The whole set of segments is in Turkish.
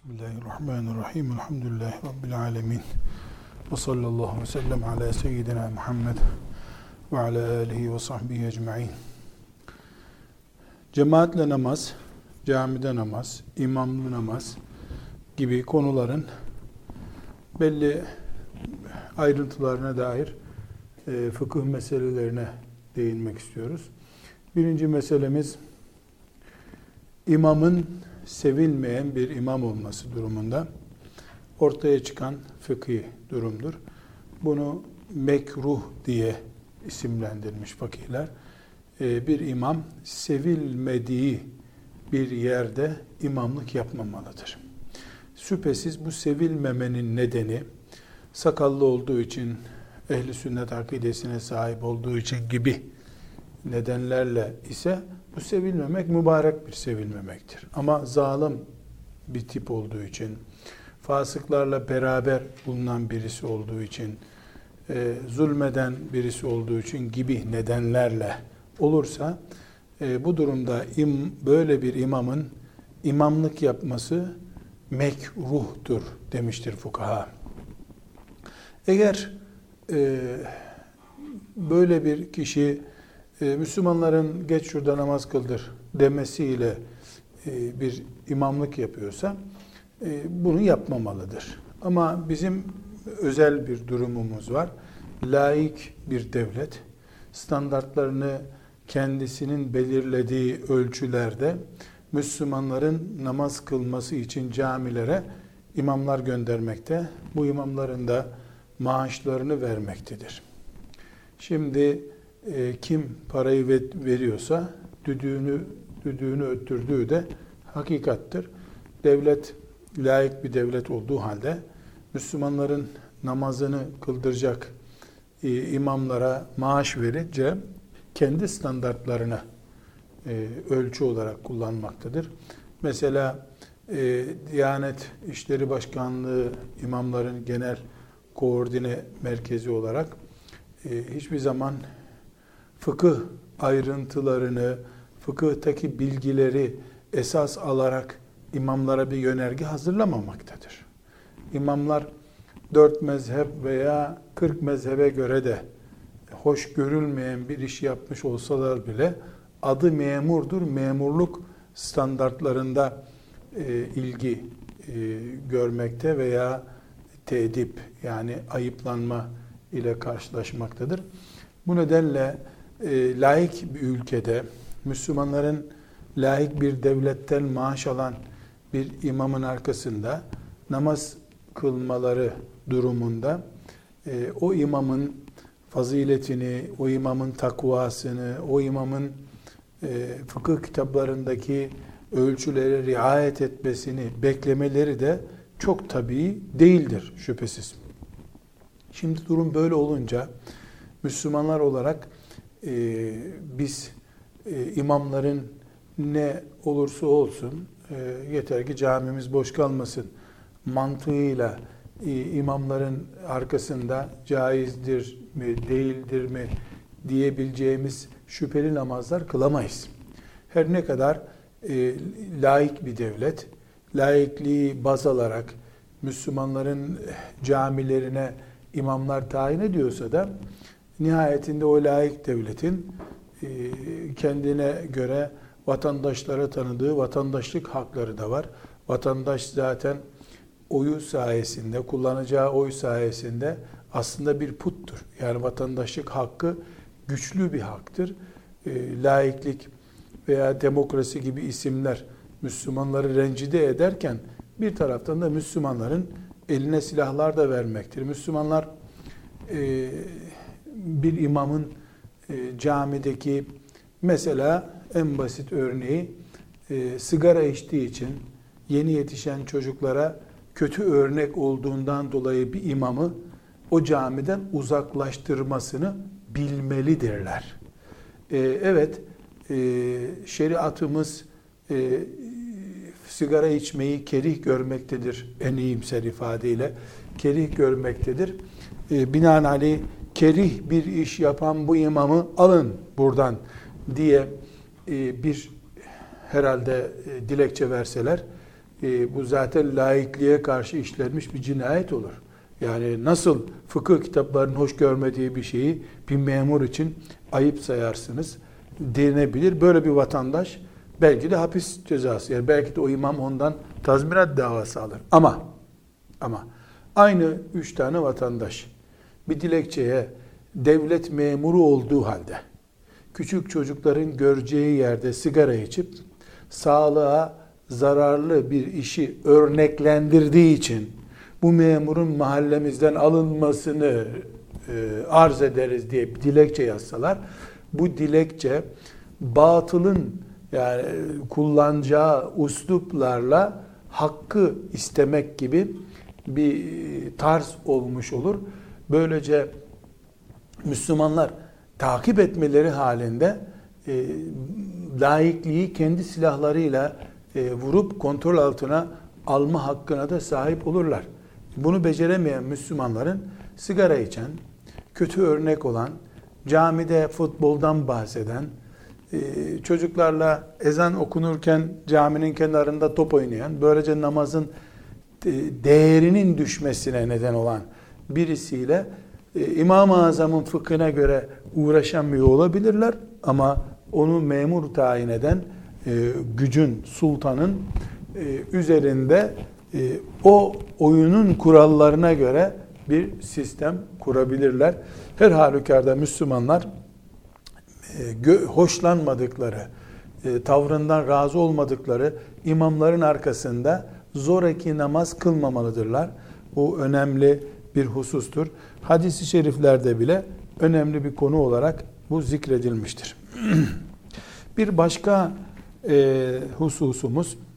Bismillahirrahmanirrahim. Elhamdülillahi Rabbil alemin. Ve sallallahu aleyhi ve sellem ala seyyidina Muhammed ve ala alihi ve sahbihi ecma'in. Cemaatle namaz, camide namaz, imamlı namaz gibi konuların belli ayrıntılarına dair fıkıh meselelerine değinmek istiyoruz. Birinci meselemiz, imamın sevilmeyen bir imam olması durumunda ortaya çıkan fıkhi durumdur. Bunu mekruh diye isimlendirmiş fakihler. Bir imam sevilmediği bir yerde imamlık yapmamalıdır. Şüphesiz bu sevilmemenin nedeni sakallı olduğu için, ehli sünnet akidesine sahip olduğu için gibi nedenlerle ise bu sevilmemek mübarek bir sevilmemektir. Ama zalim bir tip olduğu için, fasıklarla beraber bulunan birisi olduğu için, zulmeden birisi olduğu için gibi nedenlerle olursa, bu durumda böyle bir imamın imamlık yapması mekruhtur demiştir fukaha. Eğer böyle bir kişi Müslümanların geç şurada namaz kıldır demesiyle bir imamlık yapıyorsa bunu yapmamalıdır. Ama bizim özel bir durumumuz var. Laik bir devlet standartlarını kendisinin belirlediği ölçülerde Müslümanların namaz kılması için camilere imamlar göndermekte. Bu imamların da maaşlarını vermektedir. Şimdi kim parayı veriyorsa düdüğünü öttürdüğü de hakikattır. Devlet laik bir devlet olduğu halde Müslümanların namazını kıldıracak imamlara maaş verince kendi standartlarını ölçü olarak kullanmaktadır. Mesela Diyanet İşleri Başkanlığı imamların genel koordine merkezi olarak hiçbir zaman fıkıh ayrıntılarını, fıkıhtaki bilgileri esas alarak imamlara bir yönerge hazırlamamaktadır. İmamlar 4 mezhep veya 40 mezhebe göre de hoş görülmeyen bir iş yapmış olsalar bile adı memurdur. Memurluk standartlarında ilgi görmekte veya teedip yani ayıplanma ile karşılaşmaktadır. Bu nedenle laik bir ülkede Müslümanların laik bir devletten maaş alan bir imamın arkasında namaz kılmaları durumunda o imamın faziletini, o imamın takvasını, o imamın fıkıh kitaplarındaki ölçülere riayet etmesini beklemeleri de çok tabii değildir şüphesiz. Şimdi durum böyle olunca Müslümanlar olarak biz imamların ne olursa olsun yeter ki camimiz boş kalmasın mantığıyla imamların arkasında caizdir mi değildir mi diyebileceğimiz şüpheli namazlar kılamayız. Her ne kadar laik bir devlet laikliği baz alarak Müslümanların camilerine imamlar tayin ediyorsa da nihayetinde o laik devletin kendine göre vatandaşlara tanıdığı vatandaşlık hakları da var. Vatandaş zaten oyu sayesinde, kullanacağı oy sayesinde aslında bir puttur. Yani vatandaşlık hakkı güçlü bir haktır. Laiklik veya demokrasi gibi isimler Müslümanları rencide ederken bir taraftan da Müslümanların eline silahlar da vermektir. Müslümanlar bir imamın camideki mesela en basit örneği sigara içtiği için yeni yetişen çocuklara kötü örnek olduğundan dolayı bir imamı o camiden uzaklaştırmasını bilmelidirler. Evet, şeriatımız sigara içmeyi kerih görmektedir. En iyimser ifadeyle kerih görmektedir. Binaenaleyh kerih bir iş yapan bu imamı alın buradan diye bir herhalde dilekçe verseler bu zaten laikliğe karşı işlenmiş bir cinayet olur. Yani nasıl fıkıh kitaplarının hoş görmediği bir şeyi bir memur için ayıp sayarsınız denebilir. Böyle bir vatandaş belki de hapis cezası, yani belki de o imam ondan tazminat davası alır. Ama aynı 3 tane vatandaş bir dilekçeye devlet memuru olduğu halde küçük çocukların göreceği yerde sigara içip sağlığa zararlı bir işi örneklendirdiği için bu memurun mahallemizden alınmasını arz ederiz diye bir dilekçe yazsalar, bu dilekçe batılın yani kullanacağı usluplarla hakkı istemek gibi bir tarz olmuş olur. Böylece Müslümanlar takip etmeleri halinde laikliği kendi silahlarıyla vurup kontrol altına alma hakkına da sahip olurlar. Bunu beceremeyen Müslümanların sigara içen, kötü örnek olan, camide futboldan bahseden, çocuklarla ezan okunurken caminin kenarında top oynayan, böylece namazın değerinin düşmesine neden olan birisiyle İmam-ı Azam'ın fıkhına göre uğraşamıyor olabilirler ama onu memur tayin eden gücün, sultanın üzerinde o oyunun kurallarına göre bir sistem kurabilirler. Her halükarda Müslümanlar hoşlanmadıkları, tavrından razı olmadıkları imamların arkasında zoraki namaz kılmamalıdırlar. Bu önemli bir husustur. Hadis-i şeriflerde bile önemli bir konu olarak bu zikredilmiştir. Bir başka hususumuz,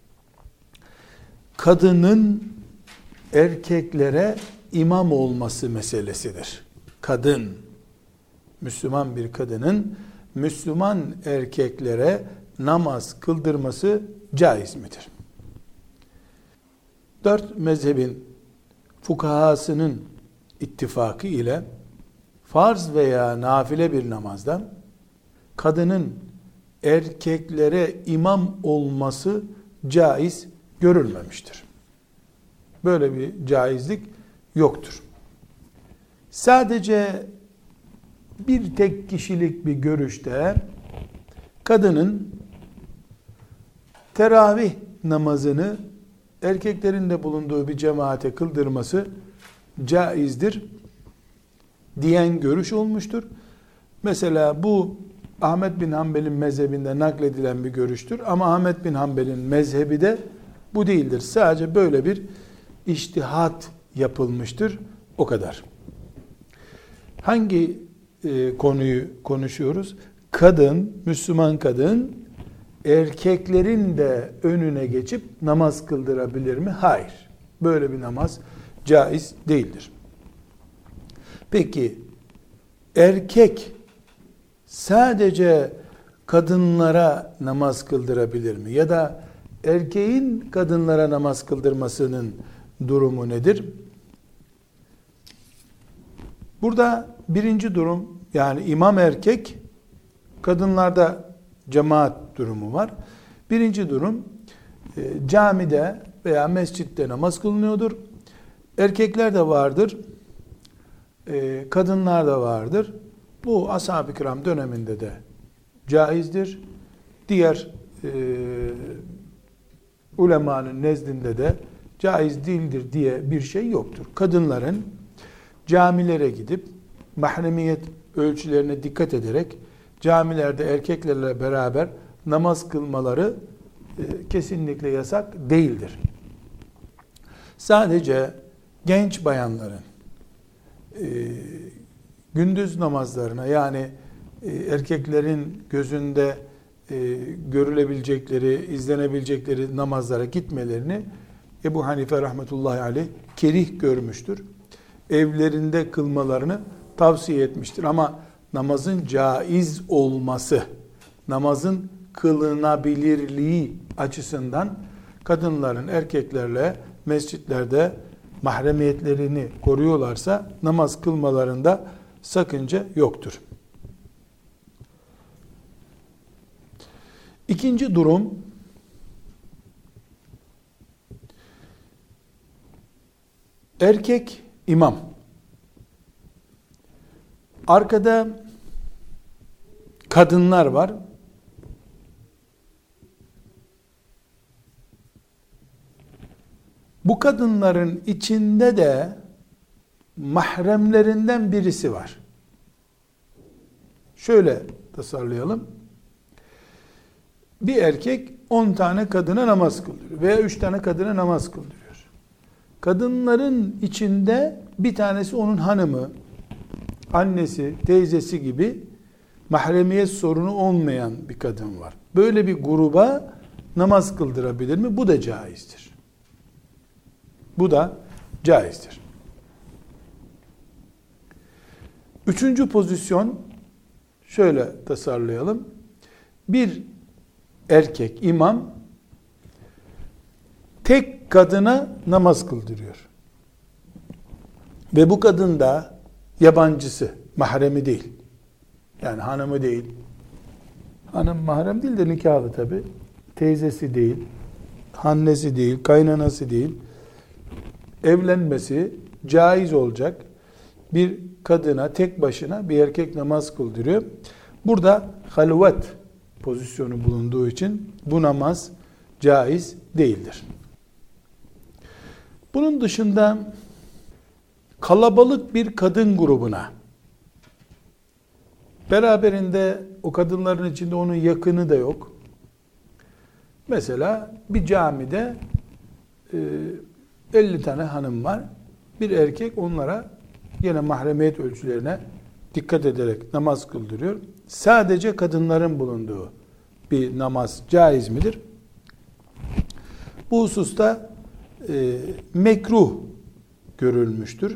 kadının erkeklere imam olması meselesidir. Kadın, Müslüman bir kadının Müslüman erkeklere namaz kıldırması caiz midir? 4 mezhebin fukahasının ittifakı ile farz veya nafile bir namazda kadının erkeklere imam olması caiz görülmemiştir. Böyle bir caizlik yoktur. Sadece bir tek kişilik bir görüşte kadının teravih namazını erkeklerin de bulunduğu bir cemaate kıldırması caizdir diyen görüş olmuştur. Mesela bu Ahmed bin Hanbel'in mezhebinde nakledilen bir görüştür ama Ahmed bin Hanbel'in mezhebi de bu değildir. Sadece böyle bir içtihat yapılmıştır. O kadar. Hangi konuyu konuşuyoruz? Kadın, Müslüman kadın erkeklerin de önüne geçip namaz kıldırabilir mi? Hayır. Böyle bir namaz caiz değildir. Peki erkek sadece kadınlara namaz kıldırabilir mi? Ya da erkeğin kadınlara namaz kıldırmasının durumu nedir? Burada birinci durum, yani imam erkek, kadınlarda cemaat durumu var. Birinci durum, camide veya mescitte namaz kılınıyordur. Erkekler de vardır, kadınlar da vardır. Bu ashab-ı kiram döneminde de caizdir. Diğer ulemanın nezdinde de caiz değildir diye bir şey yoktur. Kadınların camilere gidip mahremiyet ölçülerine dikkat ederek camilerde erkeklerle beraber namaz kılmaları kesinlikle yasak değildir. Sadece genç bayanların gündüz namazlarına, yani erkeklerin gözünde görülebilecekleri, izlenebilecekleri namazlara gitmelerini Ebu Hanife rahmetullahi aleyh kerih görmüştür. Evlerinde kılmalarını tavsiye etmiştir. Ama namazın caiz olması, namazın kılınabilirliği açısından kadınların erkeklerle mescitlerde mahremiyetlerini koruyorlarsa namaz kılmalarında sakınca yoktur. İkinci durum, Erkek imam. Arkada kadınlar var. Bu kadınların içinde de mahremlerinden birisi var. Şöyle tasarlayalım. Bir erkek 10 tane kadına namaz kıldırıyor veya 3 tane kadına namaz kıldırıyor. Kadınların içinde bir tanesi onun hanımı, annesi, teyzesi gibi mahremiyet sorunu olmayan bir kadın var. Böyle bir gruba namaz kıldırabilir mi? Bu da caizdir. Bu da caizdir. Üçüncü pozisyon şöyle tasarlayalım. Bir erkek imam tek kadına namaz kıldırıyor. Ve bu kadın da yabancısı, mahremi değil. Yani hanımı değil. Hanım mahrem değil de nikahlı tabi. Teyzesi değil, annesi değil, kaynanası değil. Evlenmesi caiz olacak bir kadına tek başına bir erkek namaz kıldırıyor. Burada halvet pozisyonu bulunduğu için bu namaz caiz değildir. Bunun dışında kalabalık bir kadın grubuna, beraberinde o kadınların içinde onun yakını da yok. Mesela bir camide 50 tane hanım var. Bir erkek onlara yine mahremiyet ölçülerine dikkat ederek namaz kıldırıyor. Sadece kadınların bulunduğu bir namaz caiz midir? Bu hususta mekruh görülmüştür.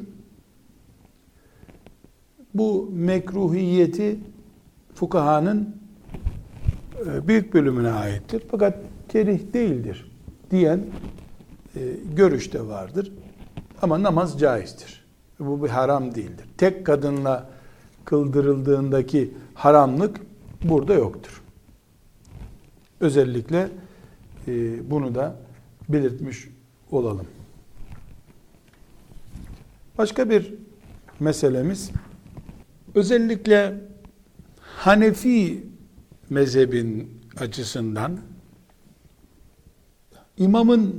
Bu mekruhiyeti fukahanın büyük bölümüne aittir. Fakat kerih değildir diyen görüş de vardır. Ama namaz caizdir. Bu bir haram değildir. Tek kadınla kıldırıldığındaki haramlık burada yoktur. Özellikle bunu da belirtmiş olalım. Başka bir meselemiz, özellikle Hanefi mezhebin açısından imamın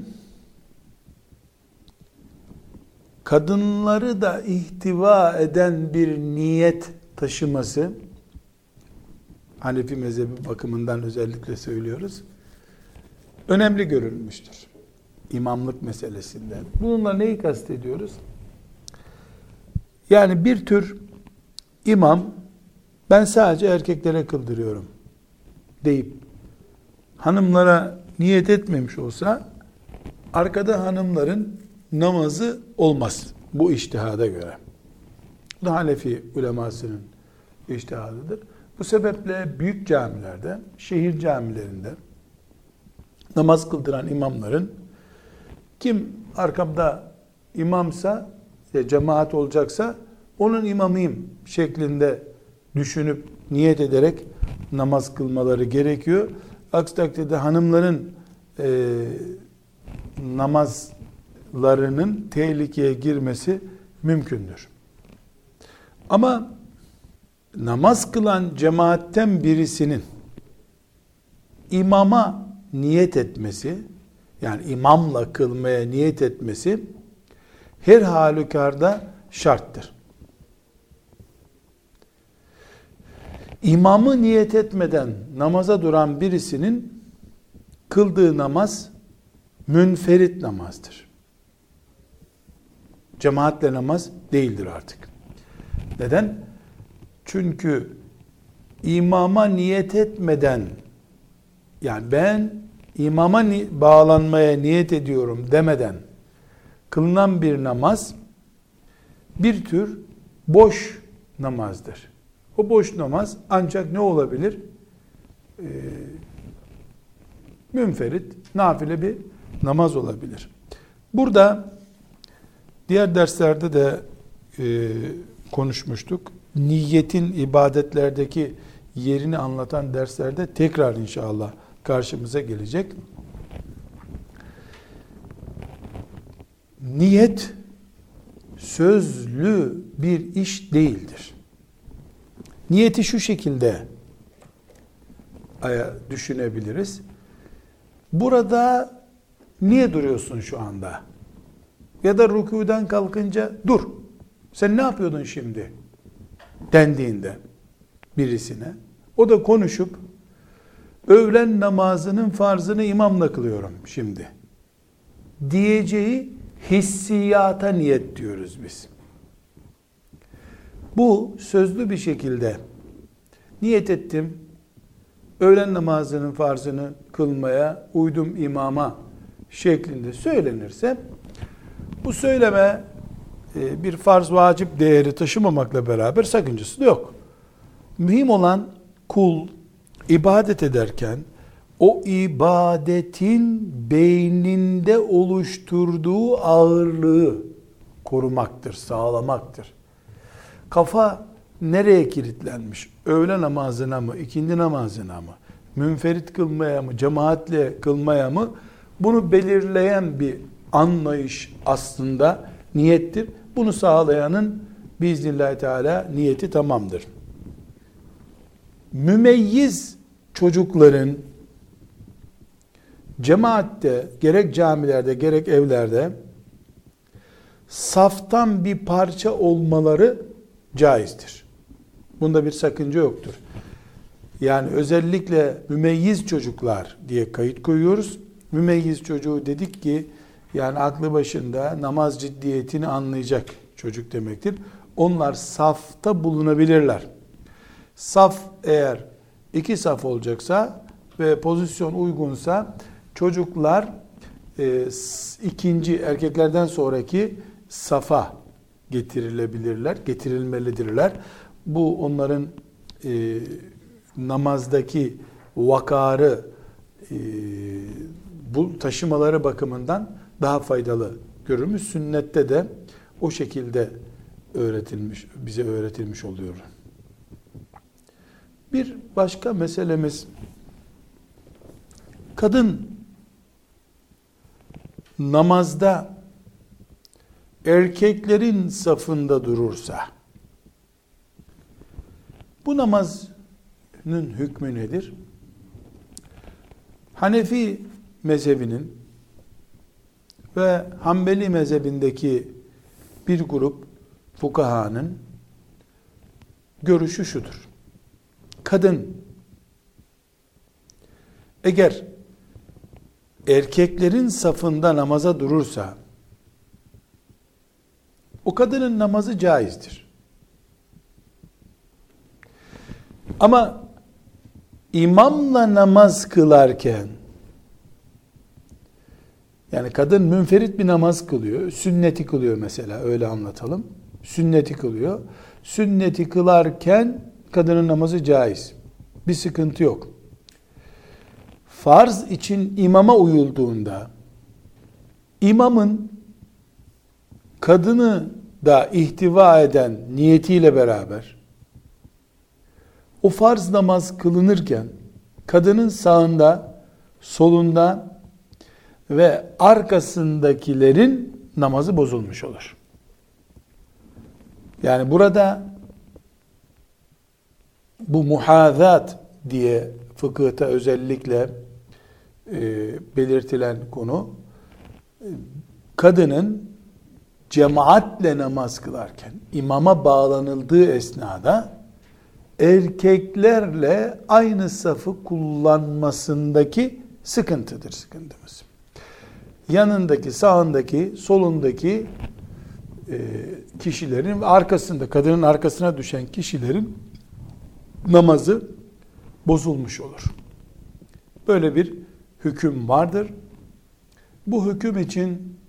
kadınları da ihtiva eden bir niyet taşıması, Hanefi mezhebi bakımından özellikle söylüyoruz, önemli görülmüştür. İmamlık meselesinde. Bununla neyi kastediyoruz? Yani bir tür imam, ben sadece erkeklere kıldırıyorum deyip hanımlara niyet etmemiş olsa, arkada hanımların namazı olmaz bu içtihada göre. Bu da Hanefi ulemasının içtihadıdır. Bu sebeple büyük camilerde, şehir camilerinde namaz kıldıran imamların kim arkamda imamsa, cemaat olacaksa onun imamıyım şeklinde düşünüp niyet ederek namaz kılmaları gerekiyor. Aksi takdirde hanımların namazlarının tehlikeye girmesi mümkündür. Ama namaz kılan cemaatten birisinin imama niyet etmesi, yani imamla kılmaya niyet etmesi her halükarda şarttır. İmamı niyet etmeden namaza duran birisinin kıldığı namaz münferit namazdır. Cemaatle namaz değildir artık. Neden? Çünkü imama niyet etmeden, yani ben imama bağlanmaya niyet ediyorum demeden kılınan bir namaz bir tür boş namazdır. O boş namaz ancak ne olabilir? Münferit, nafile bir namaz olabilir. Burada diğer derslerde de konuşmuştuk. Niyetin ibadetlerdeki yerini anlatan derslerde tekrar inşallah karşımıza gelecek. Niyet sözlü bir iş değildir. Niyeti şu şekilde düşünebiliriz. Burada niye duruyorsun şu anda? Ya da rükûden kalkınca dur. Sen ne yapıyordun şimdi? Dendiğinde birisine. O da konuşup öğlen namazının farzını imamla kılıyorum şimdi diyeceği hissiyata niyet diyoruz biz. Bu sözlü bir şekilde niyet ettim, öğlen namazının farzını kılmaya uydum imama şeklinde söylenirse, bu söyleme bir farz vacip değeri taşımamakla beraber sakıncası da yok. Mühim olan kul ibadet ederken o ibadetin beyninde oluşturduğu ağırlığı korumaktır, sağlamaktır. Kafa nereye kilitlenmiş? Öğle namazına mı, ikindi namazına mı, münferit kılmaya mı, cemaatle kılmaya mı? Bunu belirleyen bir anlayış aslında niyettir. Bunu sağlayanın biiznillahü teala niyeti tamamdır. Mümeyyiz çocukların cemaatte, gerek camilerde gerek evlerde saftan bir parça olmaları caizdir. Bunda bir sakınca yoktur. Yani özellikle mümeyyiz çocuklar diye kayıt koyuyoruz. Mümeyyiz çocuğu dedik ki yani aklı başında namaz ciddiyetini anlayacak çocuk demektir. Onlar safta bulunabilirler. Saf eğer 2 saf olacaksa ve pozisyon uygunsa çocuklar ikinci erkeklerden sonraki safa getirilmelidirler. Bu onların namazdaki vakarı bu taşımaları bakımından daha faydalı görülmüş. Sünnette de o şekilde bize öğretilmiş oluyor. Bir başka meselemiz, kadın namazda erkeklerin safında durursa bu namazın hükmü nedir? Hanefi mezhebinin ve Hanbeli mezhebindeki bir grup fukahanın görüşü şudur: kadın eğer erkeklerin safında namaza durursa o kadının namazı caizdir. Ama imamla namaz kılarken, yani kadın münferit bir namaz kılıyor, sünneti kılıyor mesela, öyle anlatalım. Sünneti kılıyor. Sünneti kılarken kadının namazı caiz. Bir sıkıntı yok. Farz için imama uyulduğunda imamın kadını da ihtiva eden niyetiyle beraber o farz namaz kılınırken kadının sağında, solunda ve arkasındakilerin namazı bozulmuş olur. Yani burada bu muhazat diye fıkıhta özellikle belirtilen konu, kadının cemaatle namaz kılarken imama bağlanıldığı esnada erkeklerle aynı safı kullanmasındaki sıkıntımız. Yanındaki, sağındaki, solundaki kişilerin ve arkasında, kadının arkasına düşen kişilerin namazı bozulmuş olur. Böyle bir hüküm vardır. Bu hüküm için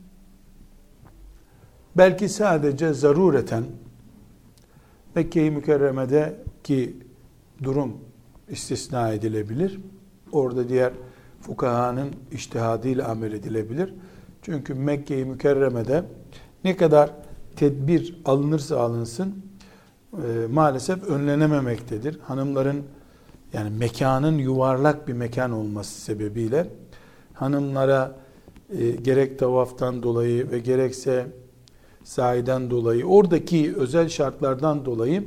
belki sadece zarureten Mekke-i Mükerreme'deki durum istisna edilebilir. Orada diğer fukahanın içtihadıyla amel edilebilir. Çünkü Mekke-i Mükerreme'de ne kadar tedbir alınırsa alınsın maalesef önlenememektedir. Hanımların, yani mekanın yuvarlak bir mekan olması sebebiyle hanımlara gerek tavaftan dolayı ve gerekse sahiden dolayı, oradaki özel şartlardan dolayı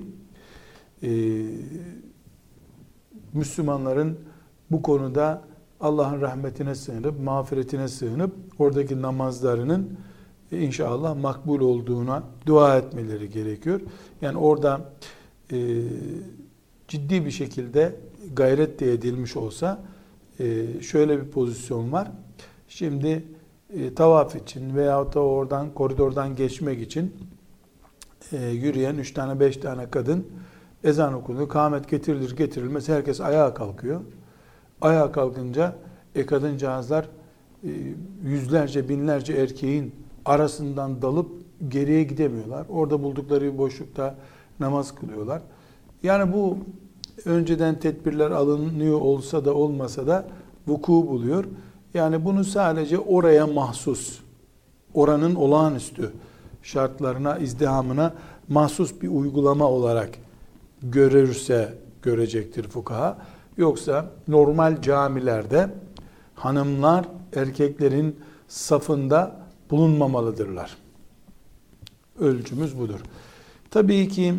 Müslümanların bu konuda Allah'ın rahmetine sığınıp, mağfiretine sığınıp oradaki namazlarının inşallah makbul olduğuna dua etmeleri gerekiyor. Yani orada ciddi bir şekilde gayret de edilmiş olsa şöyle bir pozisyon var. Şimdi tavaf için veyahut da oradan koridordan geçmek için yürüyen 3 tane 5 tane kadın ezan okunuyor. Kâmet getirilir getirilmez herkes ayağa kalkıyor. Ayağa kalkınca kadıncağızlar yüzlerce binlerce erkeğin arasından dalıp geriye gidemiyorlar. Orada buldukları bir boşlukta namaz kılıyorlar. Yani bu önceden tedbirler alınıyor olsa da olmasa da vuku buluyor. Yani bunu sadece oraya mahsus, oranın olağanüstü şartlarına, izdihamına mahsus bir uygulama olarak görürse görecektir fukaha. Yoksa normal camilerde hanımlar erkeklerin safında bulunmamalıdırlar. Ölçümüz budur. Tabii ki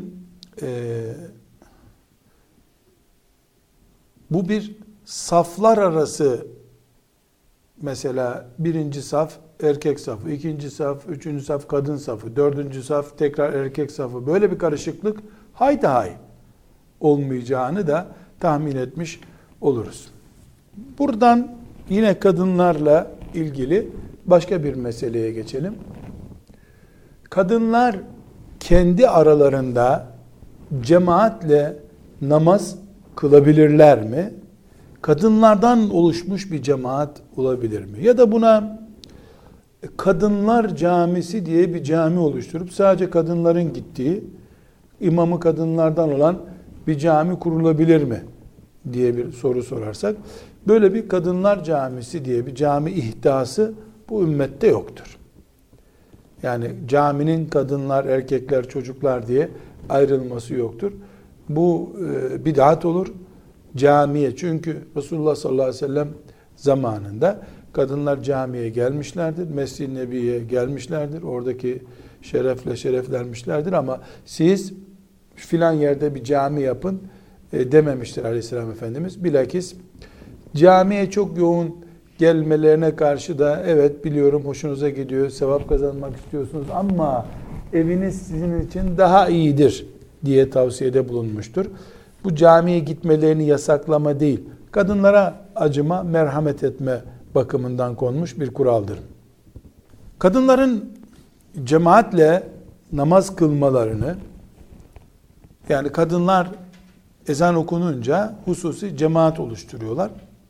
bu bir saflar arası, mesela birinci saf erkek safı, ikinci saf, üçüncü saf kadın safı, dördüncü saf tekrar erkek safı, böyle bir karışıklık haydi hay olmayacağını da tahmin etmiş oluruz. Buradan yine kadınlarla ilgili başka bir meseleye geçelim. Kadınlar kendi aralarında cemaatle namaz kılabilirler mi? Kadınlardan oluşmuş bir cemaat olabilir mi? Ya da buna kadınlar camisi diye bir cami oluşturup sadece kadınların gittiği, imamı kadınlardan olan bir cami kurulabilir mi diye bir soru sorarsak, böyle bir kadınlar camisi diye bir cami ihdası bu ümmette yoktur. Yani caminin kadınlar, erkekler, çocuklar diye ayrılması yoktur. Bu bid'at olur. Camiye, çünkü Resulullah sallallahu aleyhi ve sellem zamanında kadınlar camiye gelmişlerdir. Mescid-i Nebi'ye gelmişlerdir. Oradaki şerefle şereflenmişlerdir ama siz filan yerde bir cami yapın dememiştir Aleyhisselam Efendimiz. Bilakis camiye çok yoğun gelmelerine karşı da evet biliyorum hoşunuza gidiyor, sevap kazanmak istiyorsunuz ama eviniz sizin için daha iyidir diye tavsiyede bulunmuştur. Bu camiye gitmelerini yasaklama değil, kadınlara acıma, merhamet etme bakımından konmuş bir kuraldır. Kadınların cemaatle namaz kılmalarını, yani kadınlar ezan okununca hususi cemaat oluşturuyorlar.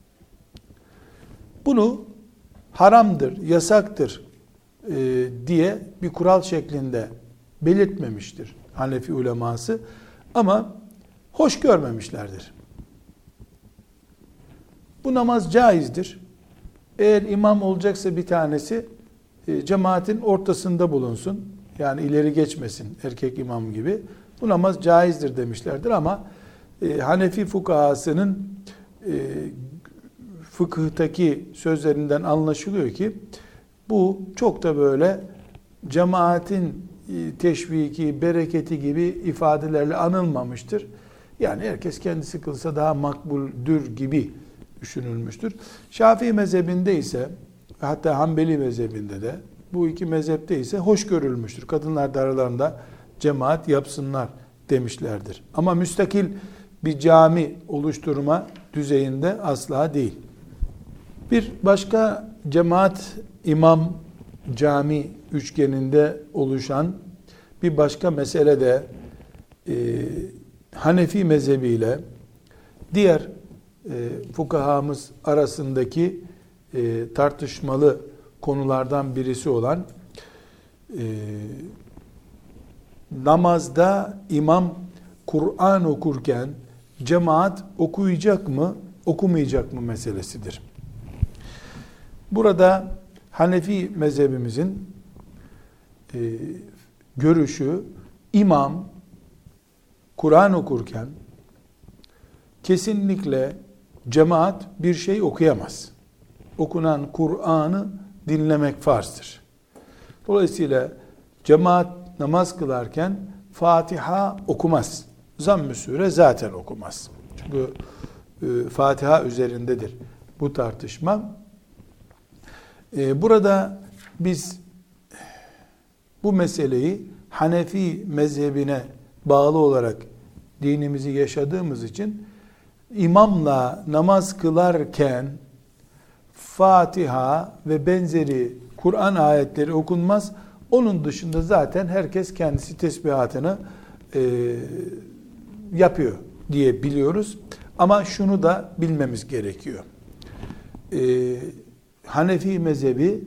Bunu haramdır, yasaktır diye bir kural şeklinde belirtmemiştir Hanefi uleması ama hoş görmemişlerdir. Bu namaz caizdir. Eğer imam olacaksa bir tanesi cemaatin ortasında bulunsun. Yani ileri geçmesin erkek imam gibi. Bu namaz caizdir demişlerdir ama Hanefi fukahasının fıkıhtaki sözlerinden anlaşılıyor ki bu çok da böyle cemaatin teşviki, bereketi gibi ifadelerle anılmamıştır. Yani herkes kendisi kılsa daha makbuldür gibi düşünülmüştür. Şafii mezhebinde ise, hatta Hanbeli mezhebinde de, bu iki mezhepte ise hoş görülmüştür. Kadınlar da aralarında cemaat yapsınlar demişlerdir. Ama müstakil bir cami oluşturma düzeyinde asla değil. Bir başka cemaat, imam, cami üçgeninde oluşan bir başka mesele de Hanefi mezhebiyle diğer fukahamız arasındaki tartışmalı konulardan birisi olan namazda imam Kur'an okurken cemaat okuyacak mı, okumayacak mı meselesidir. Burada Hanefi mezhebimizin görüşü, imam Kur'an okurken kesinlikle cemaat bir şey okuyamaz. Okunan Kur'an'ı dinlemek farzdır. Dolayısıyla Cemaat namaz kılarken Fatiha okumaz. Zamm-ı Sure zaten okumaz. Çünkü Fatiha üzerindedir bu tartışma. Burada biz bu meseleyi Hanefi mezhebine bağlı olarak dinimizi yaşadığımız için imamla namaz kılarken Fatiha ve benzeri Kur'an ayetleri okunmaz. Onun dışında zaten herkes kendisi tesbihatını yapıyor diye biliyoruz. Ama şunu da bilmemiz gerekiyor. Hanefi mezhebi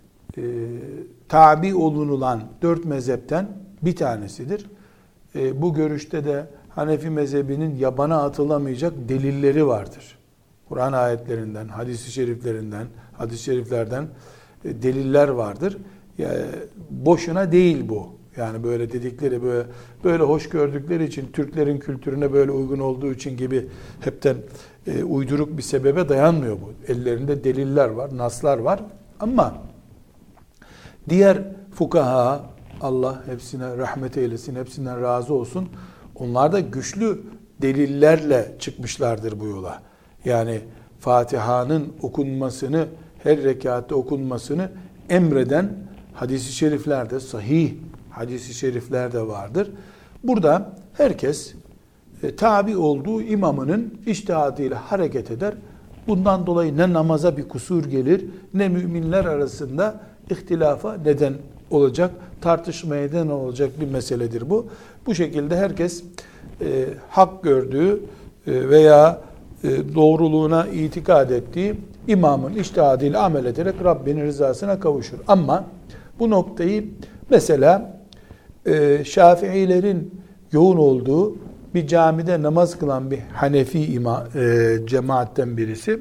tabi olunulan 4 mezhepten bir tanesidir. Bu görüşte de Hanefi mezhebinin yabana atılamayacak delilleri vardır. Kur'an ayetlerinden, hadis-i şeriflerden deliller vardır. Yani boşuna değil bu. Yani böyle dedikleri böyle hoş gördükleri için, Türklerin kültürüne böyle uygun olduğu için gibi hepten uyduruk bir sebebe dayanmıyor bu. Ellerinde deliller var, naslar var. Ama diğer fukaha, Allah hepsine rahmet eylesin, hepsinden razı olsun, onlar da güçlü delillerle çıkmışlardır bu yola. Yani Fatiha'nın okunmasını, her rekatta okunmasını emreden hadis-i şeriflerde, sahih hadis-i şeriflerde vardır. Burada herkes tabi olduğu imamının içtihadıyla hareket eder. Bundan dolayı ne namaza bir kusur gelir, ne müminler arasında ihtilafa neden olacak, tartışmaya neden olacak bir meseledir bu. Bu şekilde herkes hak gördüğü veya doğruluğuna itikad ettiği imamın içtihadıyla amel ederek Rabbinin rızasına kavuşur. Ama bu noktayı mesela Şafiilerin yoğun olduğu bir camide namaz kılan bir Hanefi cemaatten birisi,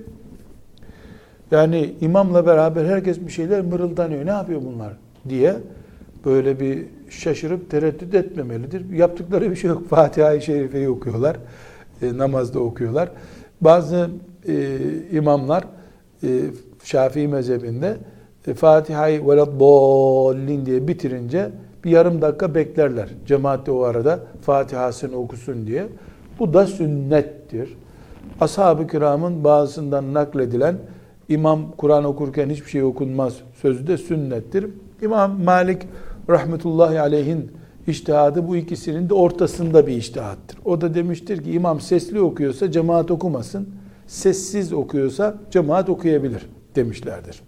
yani imamla beraber herkes bir şeyler mırıldanıyor. Ne yapıyor bunlar diye böyle bir şaşırıp tereddüt etmemelidir. Yaptıkları bir şey yok. Fatiha-i Şerife'yi okuyorlar. Namazda okuyorlar. Bazı imamlar Şafii mezhebinde Fatiha'yı veleddallin diye bitirince bir yarım dakika beklerler. Cemaat de o arada Fatiha'sını okusun diye. Bu da sünnettir. Ashab-ı kiramın bazısından nakledilen imam Kur'an okurken hiçbir şey okunmaz sözü de sünnettir. İmam Malik rahmetullahi aleyhin içtihadı bu ikisinin de ortasında bir içtihattır. O da demiştir ki imam sesli okuyorsa cemaat okumasın, sessiz okuyorsa cemaat okuyabilir demişlerdir.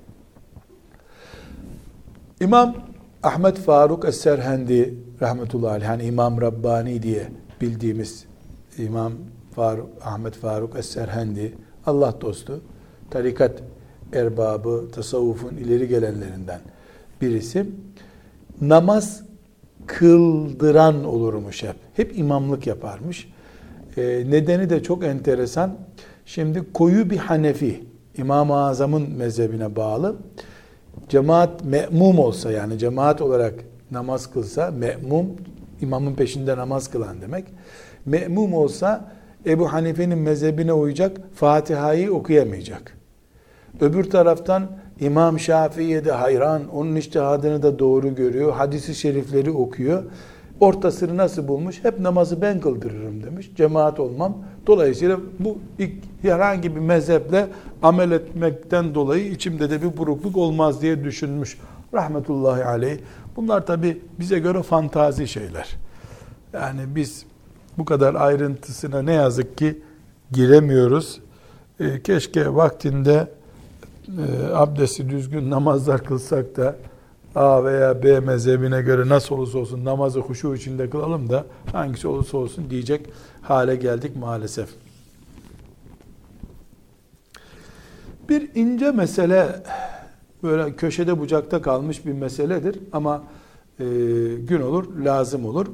İmam Ahmet Faruk Es-Serhendi rahmetullahi aleyh, yani İmam Rabbani diye bildiğimiz İmam Ahmet Faruk Es-Serhendi, Allah dostu, tarikat erbabı, tasavvufun ileri gelenlerinden birisi. Namaz kıldıran olurmuş hep. Hep imamlık yaparmış. Nedeni de çok enteresan. Şimdi koyu bir Hanefi, İmam-ı Azam'ın mezhebine bağlı. Cemaat me'mum olsa, yani cemaat olarak namaz kılsa, me'mum, imamın peşinde namaz kılan demek. Me'mum olsa Ebu Hanife'nin mezhebine uyacak, Fatiha'yı okuyamayacak. Öbür taraftan İmam Şafii'ye de hayran, onun içtihadını da doğru görüyor, hadis-i şerifleri okuyor. Ortasını nasıl bulmuş? Hep namazı ben kıldırırım demiş, cemaat olmam. Dolayısıyla bu herhangi bir mezheple amel etmekten dolayı içimde de bir burukluk olmaz diye düşünmüş. Rahmetullahi aleyh. Bunlar tabi bize göre fantazi şeyler. Yani biz bu kadar ayrıntısına ne yazık ki giremiyoruz. Keşke vaktinde abdesti düzgün namazlar kılsak da A veya B mezhebine göre nasıl olursa olsun namazı huşu içinde kılalım da hangisi olursa olsun diyecek hale geldik maalesef. Bir ince mesele, böyle köşede bucakta kalmış bir meseledir ama gün olur, lazım olur.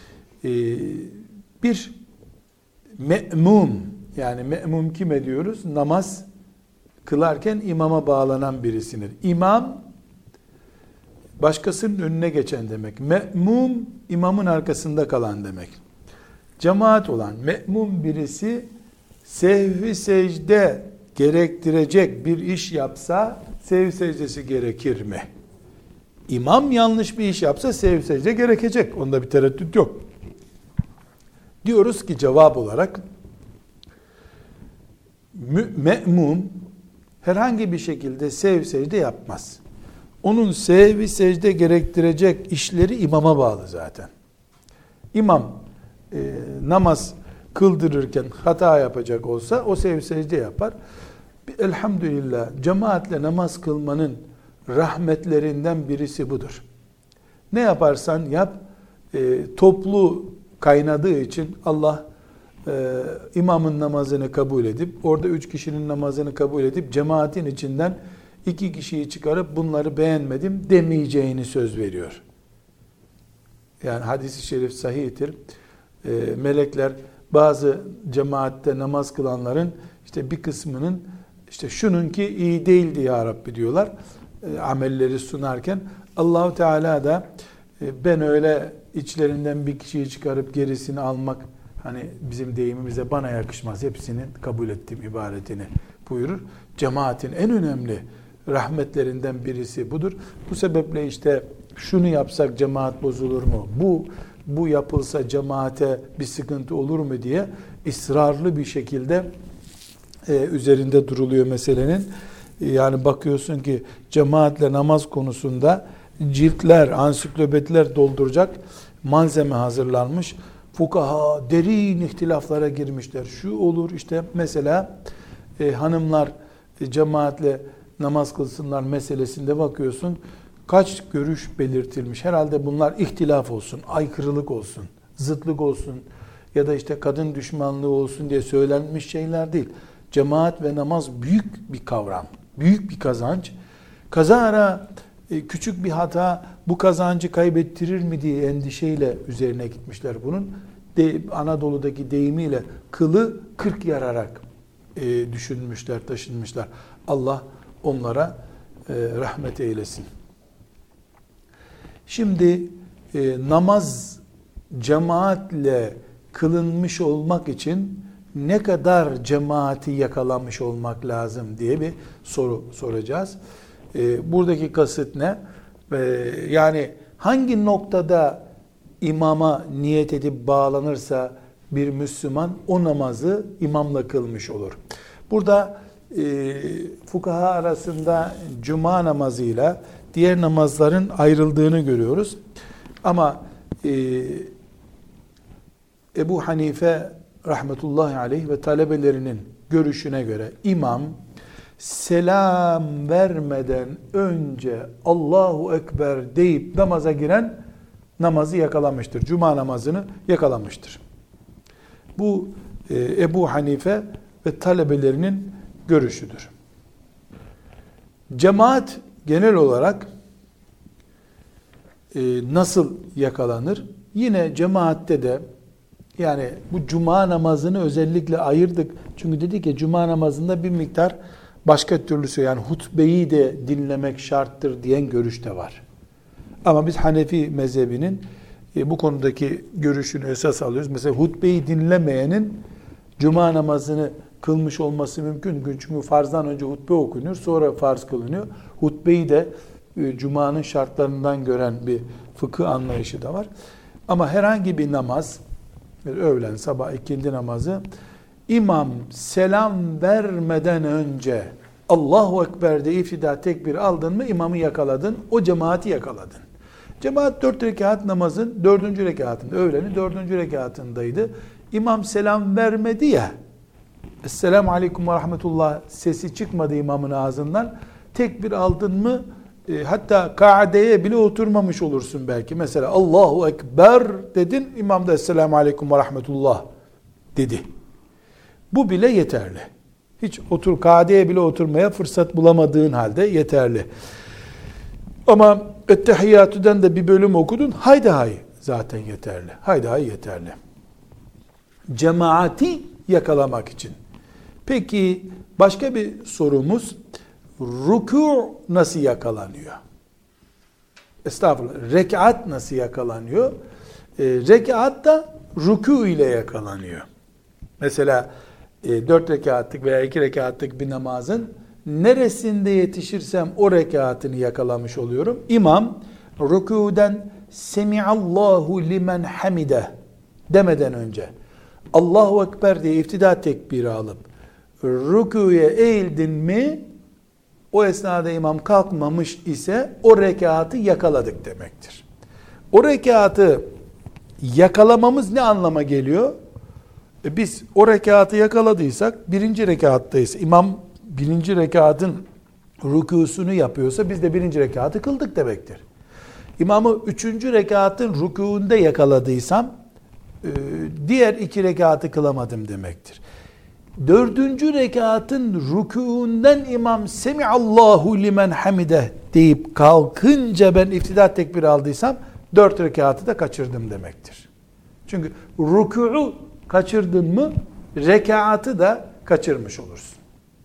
Bir me'mum, yani me'mum kime diyoruz? Namaz kılarken imama bağlanan birisidir. İmam başkasının önüne geçen demek. Me'mum imamın arkasında kalan demek. Cemaat olan me'mum birisi sehvi secde gerektirecek bir iş yapsa sehvi secdesi gerekir mi? İmam yanlış bir iş yapsa sev secde gerekecek. Onda bir tereddüt yok. Diyoruz ki cevap olarak me'mum herhangi bir şekilde sev secde yapmaz. Onun sev secde gerektirecek işleri imama bağlı zaten. İmam namaz kıldırırken hata yapacak olsa o sev secde yapar. Elhamdülillah cemaatle namaz kılmanın rahmetlerinden birisi budur. Ne yaparsan yap toplu kaynadığı için Allah imamın namazını kabul edip orada 3 kişinin namazını kabul edip cemaatin içinden 2 kişiyi çıkarıp bunları beğenmedim demeyeceğini söz veriyor. Yani hadis-i şerif sahihtir. Melekler bazı cemaatte namaz kılanların işte bir kısmının işte şununki iyi değildi ya Rabbi diyorlar. Amelleri sunarken Allahu Teala da ben öyle içlerinden bir kişiyi çıkarıp gerisini almak hani bizim deyimimize bana yakışmaz. Hepsini kabul ettim ibaretini buyurur. Cemaatin en önemli rahmetlerinden birisi budur. Bu sebeple işte şunu yapsak cemaat bozulur mu? Bu yapılsa cemaate bir sıkıntı olur mu diye ısrarlı bir şekilde üzerinde duruluyor meselenin. Yani bakıyorsun ki cemaatle namaz konusunda ciltler, ansiklopediler dolduracak malzeme hazırlanmış. Fukaha derin ihtilaflara girmişler. Şu olur işte mesela hanımlar cemaatle namaz kılsınlar meselesinde bakıyorsun. Kaç görüş belirtilmiş. Herhalde bunlar ihtilaf olsun, aykırılık olsun, zıtlık olsun ya da işte kadın düşmanlığı olsun diye söylenmiş şeyler değil. Cemaat ve namaz büyük bir kavram, büyük bir kazanç. Kazara küçük bir hata bu kazancı kaybettirir mi diye endişeyle üzerine gitmişler bunun. Anadolu'daki deyimiyle kılı 40 yararak düşünmüşler, taşınmışlar. Allah onlara rahmet eylesin. Şimdi namaz cemaatle kılınmış olmak için ne kadar cemaati yakalamış olmak lazım diye bir soru soracağız. Buradaki kasıt ne? Yani hangi noktada imama niyet edip bağlanırsa bir Müslüman o namazı imamla kılmış olur. Burada fukaha arasında cuma namazıyla diğer namazların ayrıldığını görüyoruz. Ama Ebu Hanife rahmetullahi aleyh ve talebelerinin görüşüne göre imam selam vermeden önce Allahu Ekber deyip namaza giren namazı yakalamıştır. Cuma namazını yakalamıştır. Bu Ebu Hanife ve talebelerinin görüşüdür. Cemaat genel olarak nasıl yakalanır? Yine cemaatte de yani bu cuma namazını özellikle ayırdık. Çünkü dedik ki cuma namazında bir miktar başka türlüsü yani hutbeyi de dinlemek şarttır diyen görüş de var. Ama biz Hanefi mezhebinin bu konudaki görüşünü esas alıyoruz. Mesela hutbeyi dinlemeyenin cuma namazını kılmış olması mümkün. Çünkü farzdan önce hutbe okunuyor, sonra farz kılınıyor. Hutbeyi de cumanın şartlarından gören bir fıkıh anlayışı da var. Ama herhangi bir namaz, öğlen, sabah, ikindi namazı, imam selam vermeden önce Allahu Ekber diye iftida tekbir aldın mı imamı yakaladın, o cemaati yakaladın. Cemaat 4 rekat namazın 4. rekatında, öğlenin 4. rekatındaydı. İmam selam vermedi ya, Esselamu Aleyküm ve Rahmetullah sesi çıkmadı imamın ağzından. Tekbir aldın mı, hatta kaideye bile oturmamış olursun belki. Mesela Allahu Ekber dedin, imam da Esselamu Aleyküm ve Rahmetullah dedi. Bu bile yeterli. Hiç kaideye bile oturmaya fırsat bulamadığın halde yeterli. Ama Ettehiyyatü'den de bir bölüm okudun, haydi zaten yeterli. Haydi yeterli. Cemaati yakalamak için. Peki başka bir sorumuz, rükû nasıl yakalanıyor? Estağfurullah. Rekat nasıl yakalanıyor? Rekat da rükû ile yakalanıyor. Mesela 4 rekatlık veya 2 rekatlık bir namazın neresinde yetişirsem o rekatını yakalamış oluyorum. İmam rükûden semiallahu limen hamide demeden önce Allahu Ekber diye iftida tekbiri alıp rükûye eğildin mi, o esnada imam kalkmamış ise o rekatı yakaladık demektir. O rekatı yakalamamız ne anlama geliyor? Biz o rekatı yakaladıysak, birinci rekattayız. İmam birinci rekatın rükûsunu yapıyorsa biz de birinci rekatı kıldık demektir. İmamı üçüncü rekatın rükûunda yakaladıysam diğer iki rekatı kılamadım demektir. Dördüncü rekatın rükûnden imam semiallahu limen hamide deyip kalkınca ben iftida tekbiri aldıysam 4 rekatı da kaçırdım demektir. Çünkü rükû'u kaçırdın mı rekatı da kaçırmış olursun.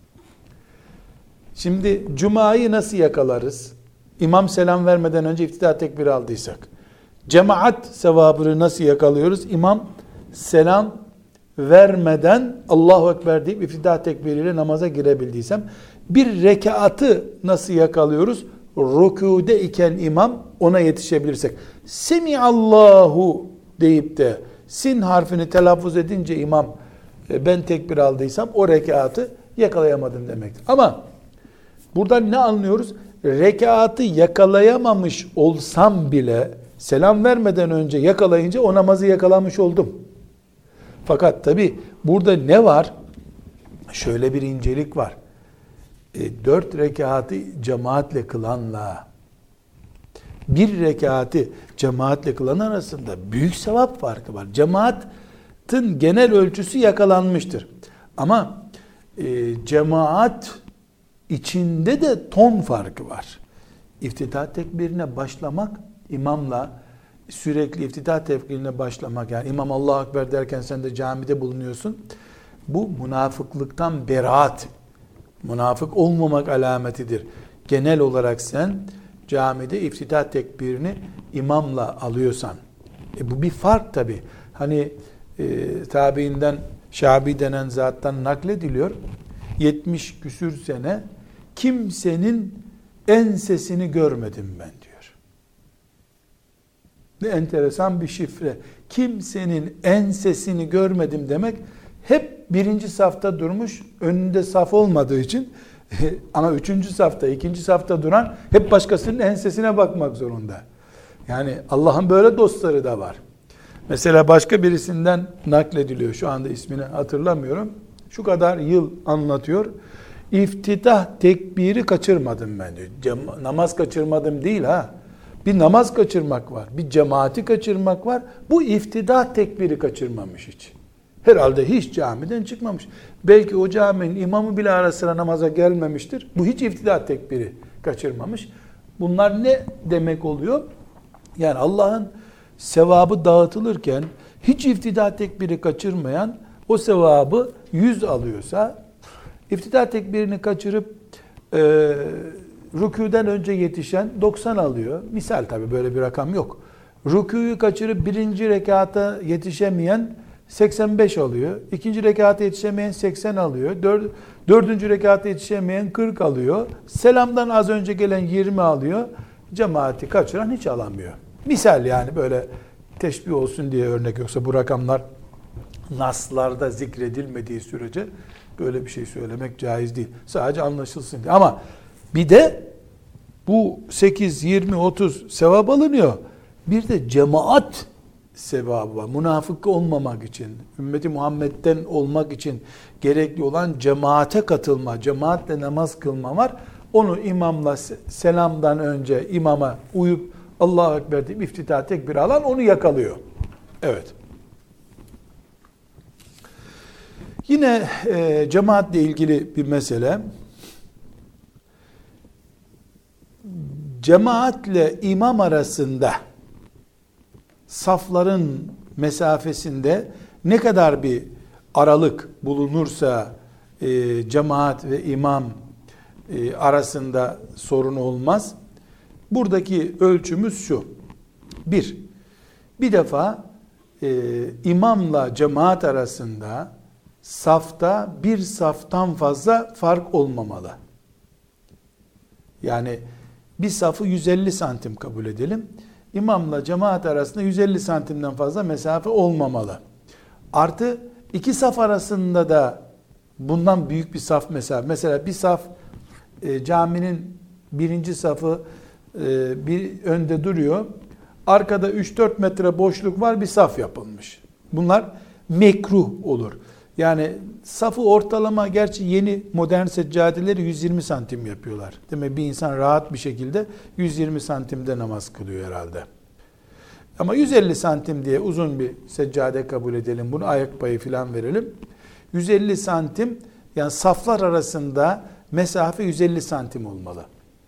Şimdi cumayı nasıl yakalarız? İmam selam vermeden önce iftida tekbiri aldıysak. Cemaat sevabını nasıl yakalıyoruz? İmam selam vermeden Allahu Ekber deyip iftida tekbiriyle namaza girebildiysem. Bir rekatı nasıl yakalıyoruz? Rükûde iken imam ona yetişebilirsek. Semiallahu deyip de sin harfini telaffuz edince imam ben tekbir aldıysam o rekatı yakalayamadım demektir. Ama buradan ne anlıyoruz? Rekatı yakalayamamış olsam bile selam vermeden önce yakalayınca o namazı yakalamış oldum. Fakat tabi burada ne var? Şöyle bir incelik var. 4 rekatı cemaatle kılanla bir rekatı cemaatle kılan arasında büyük sevap farkı var. Cemaatin genel ölçüsü yakalanmıştır. Ama cemaat içinde de ton farkı var. İftitah tekbirine başlamak, imamla sürekli iftitah tekbirine başlamak, yani imam Allahu Ekber derken sen de camide bulunuyorsun. Bu münafıklıktan beraat, münafık olmamak alametidir. Genel olarak sen camide iftitah tekbirini imamla alıyorsan. Bu bir fark tabi. Hani tabiinden Şabi denen zattan naklediliyor. 70 küsür sene kimsenin ensesini görmedim ben diyor. Ne enteresan bir şifre. Kimsenin ensesini görmedim demek, hep birinci safta durmuş, önünde saf olmadığı için ama üçüncü safta, ikinci safta duran hep başkasının ensesine bakmak zorunda. Yani Allah'ın böyle dostları da var. Mesela başka birisinden naklediliyor, şu anda ismini hatırlamıyorum. Şu kadar yıl anlatıyor. İftitah tekbiri kaçırmadım ben diyor. Namaz kaçırmadım değil ha. Bir namaz kaçırmak var. Bir cemaati kaçırmak var. Bu iftitah tekbiri kaçırmamış hiç. Herhalde hiç camiden çıkmamış. Belki o caminin imamı bile ara sıra namaza gelmemiştir. Bu hiç iftitah tekbiri kaçırmamış. Bunlar ne demek oluyor? Yani Allah'ın sevabı dağıtılırken hiç iftitah tekbiri kaçırmayan o sevabı 100 alıyorsa, iftitah tekbirini kaçırıp rükûden önce yetişen 90 alıyor. Misal tabi, böyle bir rakam yok. Rükûyu kaçırıp birinci rekata yetişemeyen 85 alıyor. İkinci rekata yetişemeyen 80 alıyor. Dördüncü rekata yetişemeyen 40 alıyor. Selamdan az önce gelen 20 alıyor. Cemaati kaçıran hiç alamıyor. Misal, yani böyle teşbih olsun diye örnek, yoksa bu rakamlar naslarda zikredilmediği sürece böyle bir şey söylemek caiz değil. Sadece anlaşılsın diye. Ama bir de bu 8, 20, 30 sevap alınıyor. Bir de cemaat sevabı var. Münafık olmamak için, ümmeti Muhammed'den olmak için gerekli olan cemaate katılma, cemaatle namaz kılma var. Onu imamla selamdan önce imama uyup Allahu Ekber deyip iftitah tekbir alan onu yakalıyor. Evet. Yine cemaatle ilgili bir mesele. Cemaatle imam arasında safların mesafesinde ne kadar bir aralık bulunursa cemaat ve imam arasında sorun olmaz. Buradaki ölçümüz şu. Bir defa imamla cemaat arasında safta bir saftan fazla fark olmamalı. Yani bir safı 150 santim kabul edelim. İmamla cemaat arasında 150 santimden fazla mesafe olmamalı. Artı iki saf arasında da bundan büyük bir saf mesafe. Mesela bir saf caminin birinci safı bir önde duruyor. Arkada 3-4 metre boşluk var, bir saf yapılmış. Bunlar mekruh olur. Yani safı ortalama, gerçi yeni modern seccadeleri 120 santim yapıyorlar. Demek bir insan rahat bir şekilde 120 santimde namaz kılıyor herhalde. Ama 150 santim diye uzun bir seccade kabul edelim. Bunu ayak payı falan verelim. 150 santim, yani saflar arasında mesafe 150 santim olmalı.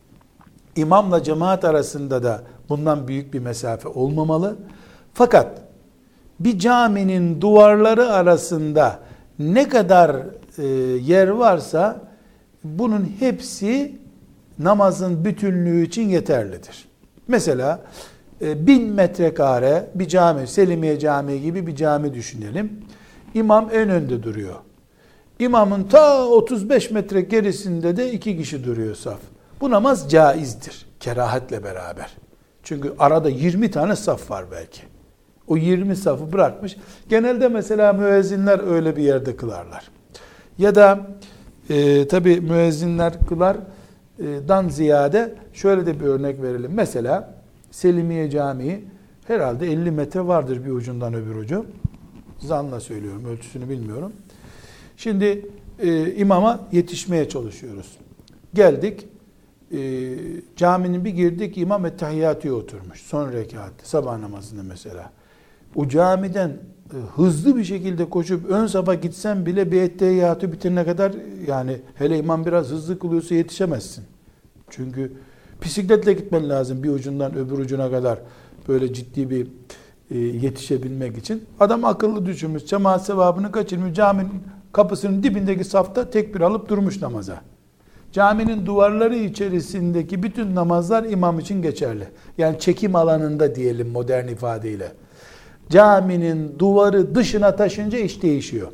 İmamla cemaat arasında da bundan büyük bir mesafe olmamalı. Fakat bir caminin duvarları arasında ne kadar yer varsa bunun hepsi namazın bütünlüğü için yeterlidir. Mesela 1000 metrekare bir cami, Selimiye Camii gibi bir cami düşünelim. İmam en önde duruyor. İmamın ta 35 metre gerisinde de 2 kişi duruyor saf. Bu namaz caizdir, kerahatle beraber. Çünkü arada 20 tane saf var belki. O 20 safı bırakmış. Genelde mesela müezzinler öyle bir yerde kılarlar. Ya da tabi müezzinler kılardan ziyade şöyle de bir örnek verelim. Mesela Selimiye Camii herhalde 50 metre vardır bir ucundan öbür ucu. Zanla söylüyorum, ölçüsünü bilmiyorum. Şimdi imama yetişmeye çalışıyoruz. Geldik, caminin bir girdik, imam ettehiyyatüye oturmuş. Son rekatte, sabah namazında mesela. O camiden hızlı bir şekilde koşup ön safa gitsen bile bir ettehiyyatü bitirene kadar, yani hele imam biraz hızlı kılıyorsa yetişemezsin. Çünkü bisikletle gitmen lazım bir ucundan öbür ucuna kadar, böyle ciddi bir yetişebilmek için. Adam akıllı düşünmüş, cemaat sevabını kaçırmış, caminin kapısının dibindeki safta tekbir alıp durmuş namaza. Caminin duvarları içerisindeki bütün namazlar imam için geçerli. Yani çekim alanında diyelim modern ifadeyle. Caminin duvarı dışına taşınca iş değişiyor.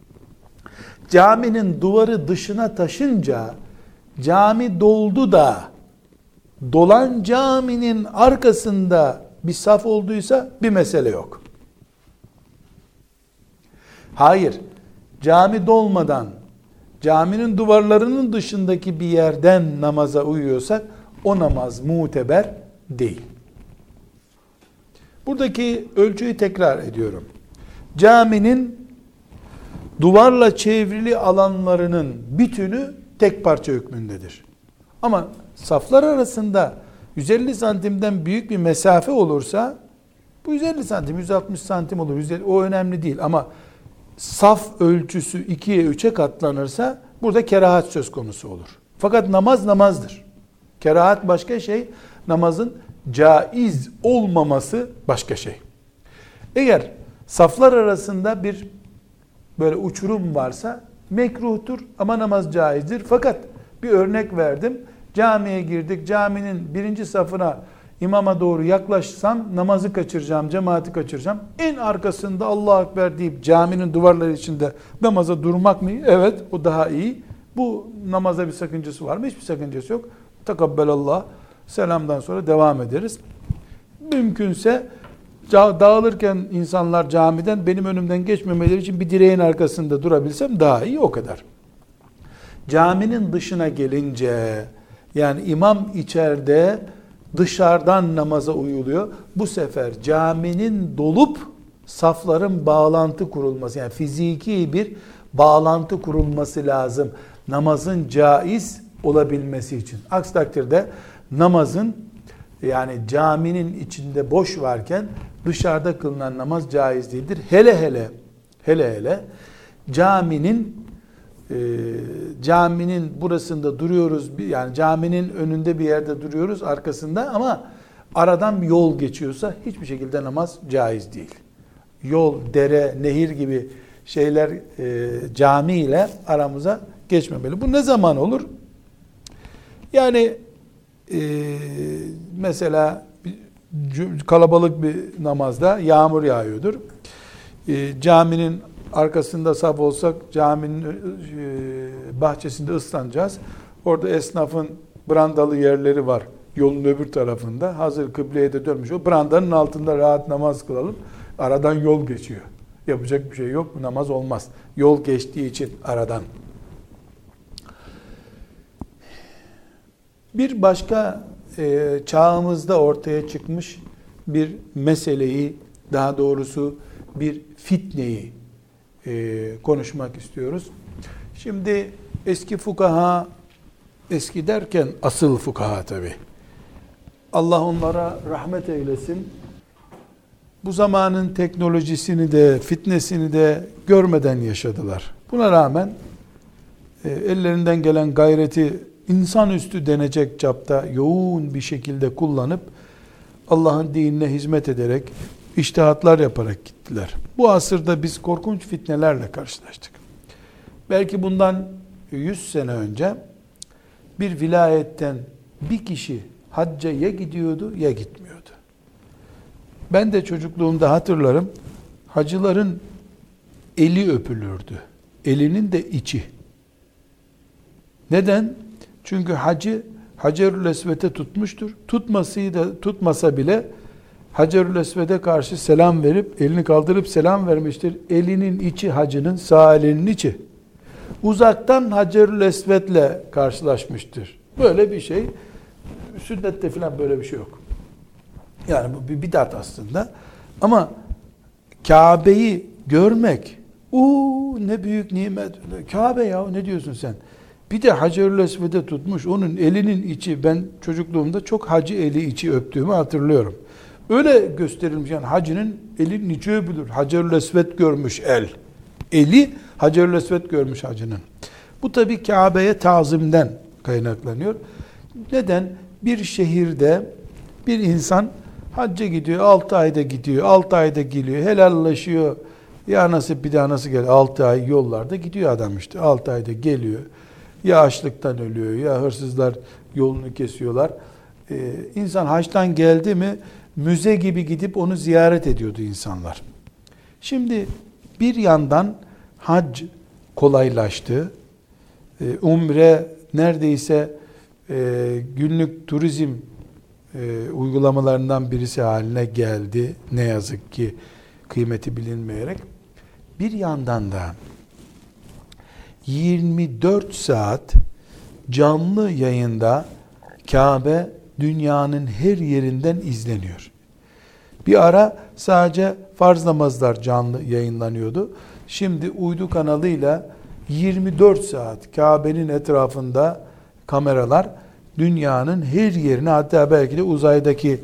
Caminin duvarı dışına taşınca cami doldu da dolan caminin arkasında bir saf olduysa bir mesele yok. Hayır, cami dolmadan caminin duvarlarının dışındaki bir yerden namaza uyuyorsak o namaz muteber değil. Buradaki ölçüyü tekrar ediyorum. Caminin duvarla çevrili alanlarının bütünü tek parça hükmündedir. Ama saflar arasında 150 santimden büyük bir mesafe olursa bu 150 santim, 160 santim olur. O önemli değil ama saf ölçüsü 2'ye 3'e katlanırsa burada kerahat söz konusu olur. Fakat namaz namazdır. Kerahat başka şey, namazın caiz olmaması başka şey. Eğer saflar arasında bir böyle uçurum varsa mekruhtur ama namaz caizdir. Fakat bir örnek verdim. Camiye girdik. Caminin birinci safına imama doğru yaklaşsam namazı kaçıracağım, cemaati kaçıracağım. En arkasında Allahu Ekber deyip caminin duvarları içinde namaza durmak mı? Evet, o daha iyi. Bu namaza bir sakıncası var mı? Hiçbir sakıncası yok. Tekabbelallah. Selamdan sonra devam ederiz. Mümkünse dağılırken insanlar camiden benim önümden geçmemeleri için bir direğin arkasında durabilsem daha iyi, o kadar. Caminin dışına gelince, yani imam içeride, dışarıdan namaza uyuluyor. Bu sefer caminin dolup safların bağlantı kurulması, yani fiziki bir bağlantı kurulması lazım namazın caiz olabilmesi için. Aksi takdirde namazın, yani caminin içinde boş varken dışarıda kılınan namaz caiz değildir. Hele caminin burasında duruyoruz, yani caminin önünde bir yerde duruyoruz arkasında ama aradan bir yol geçiyorsa hiçbir şekilde namaz caiz değil. Yol, dere, nehir gibi şeyler cami ile aramıza geçmemeli. Bu ne zaman olur? Yani mesela kalabalık bir namazda yağmur yağıyordur. Caminin arkasında saf olsak caminin bahçesinde ıslanacağız. Orada esnafın brandalı yerleri var. yolun öbür tarafında. Hazır kıbleye de dönmüş. O brandanın altında rahat namaz kılalım. Aradan yol geçiyor. Yapacak bir şey yok. Namaz olmaz. Yol geçtiği için aradan. Bir başka çağımızda ortaya çıkmış bir meseleyi, daha doğrusu bir fitneyi konuşmak istiyoruz. Şimdi eski fukaha, eski derken asıl fukaha tabi, Allah onlara rahmet eylesin, bu zamanın teknolojisini de fitnesini de görmeden yaşadılar. Buna rağmen ellerinden gelen gayreti insanüstü denecek çapta yoğun bir şekilde kullanıp Allah'ın dinine hizmet ederek, içtihatlar yaparak gittiler. Bu asırda biz korkunç fitnelerle karşılaştık. Belki bundan 100 sene önce bir vilayetten bir kişi hacca ya gidiyordu ya gitmiyordu. Ben de çocukluğumda hatırlarım, hacıların eli öpülürdü. Elinin de içi. Neden? Çünkü hacı Hacerül Esved'e tutmuştur. Tutmasa bile Hacerül Esved'e karşı selam verip, elini kaldırıp selam vermiştir. Elinin içi hacının, sağ elinin içi. Uzaktan Hacerül Esved'le karşılaşmıştır. Böyle bir şey, sünnette falan böyle bir şey yok. Yani bu bir bidat aslında. Ama Kabe'yi görmek, ne büyük nimet. Kabe ya, ne diyorsun sen? Bir de Hacerül Esved'e tutmuş, onun elinin içi, ben çocukluğumda çok hacı eli içi öptüğümü hatırlıyorum. Öyle gösterilmiş, yani hacının elinin içi öpülür. Hacerül Esved görmüş el. Eli Hacerül Esved görmüş hacının. Bu tabi Kabe'ye tazimden kaynaklanıyor. Neden? Bir şehirde bir insan hacca gidiyor, 6 ayda gidiyor, 6 ayda geliyor, helallaşıyor. Ya nasip bir daha nasıl gel? 6 ay yollarda gidiyor adam işte. 6 ayda geliyor. Ya açlıktan ölüyor, ya hırsızlar yolunu kesiyorlar. İnsan haçtan geldi mi müze gibi gidip onu ziyaret ediyordu insanlar. Şimdi bir yandan hac kolaylaştı. Umre neredeyse günlük turizm uygulamalarından birisi haline geldi. Ne yazık ki kıymeti bilinmeyerek. Bir yandan da 24 saat canlı yayında Kabe dünyanın her yerinden izleniyor. Bir ara sadece farz namazlar canlı yayınlanıyordu. Şimdi uydu kanalıyla 24 saat Kabe'nin etrafında kameralar dünyanın her yerine, hatta belki de uzaydaki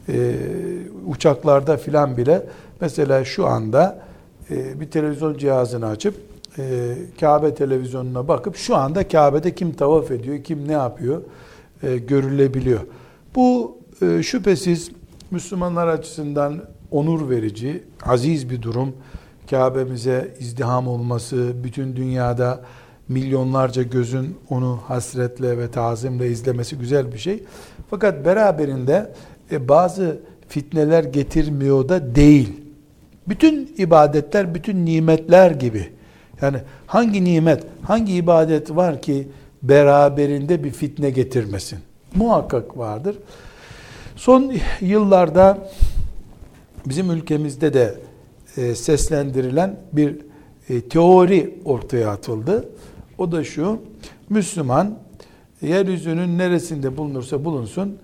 uçaklarda filan bile, mesela şu anda bir televizyon cihazını açıp Kabe televizyonuna bakıp şu anda Kabe'de kim tavaf ediyor, kim ne yapıyor görülebiliyor. Bu şüphesiz Müslümanlar açısından onur verici, aziz bir durum. Kabe'mize izdiham olması, bütün dünyada milyonlarca gözün onu hasretle ve tazimle izlemesi güzel bir şey. Fakat beraberinde bazı fitneler getirmiyor da değil. Bütün ibadetler, bütün nimetler gibi. Yani hangi nimet, hangi ibadet var ki beraberinde bir fitne getirmesin? Muhakkak vardır. Son yıllarda bizim ülkemizde de seslendirilen bir teori ortaya atıldı. O da şu: Müslüman yeryüzünün neresinde bulunursa bulunsun,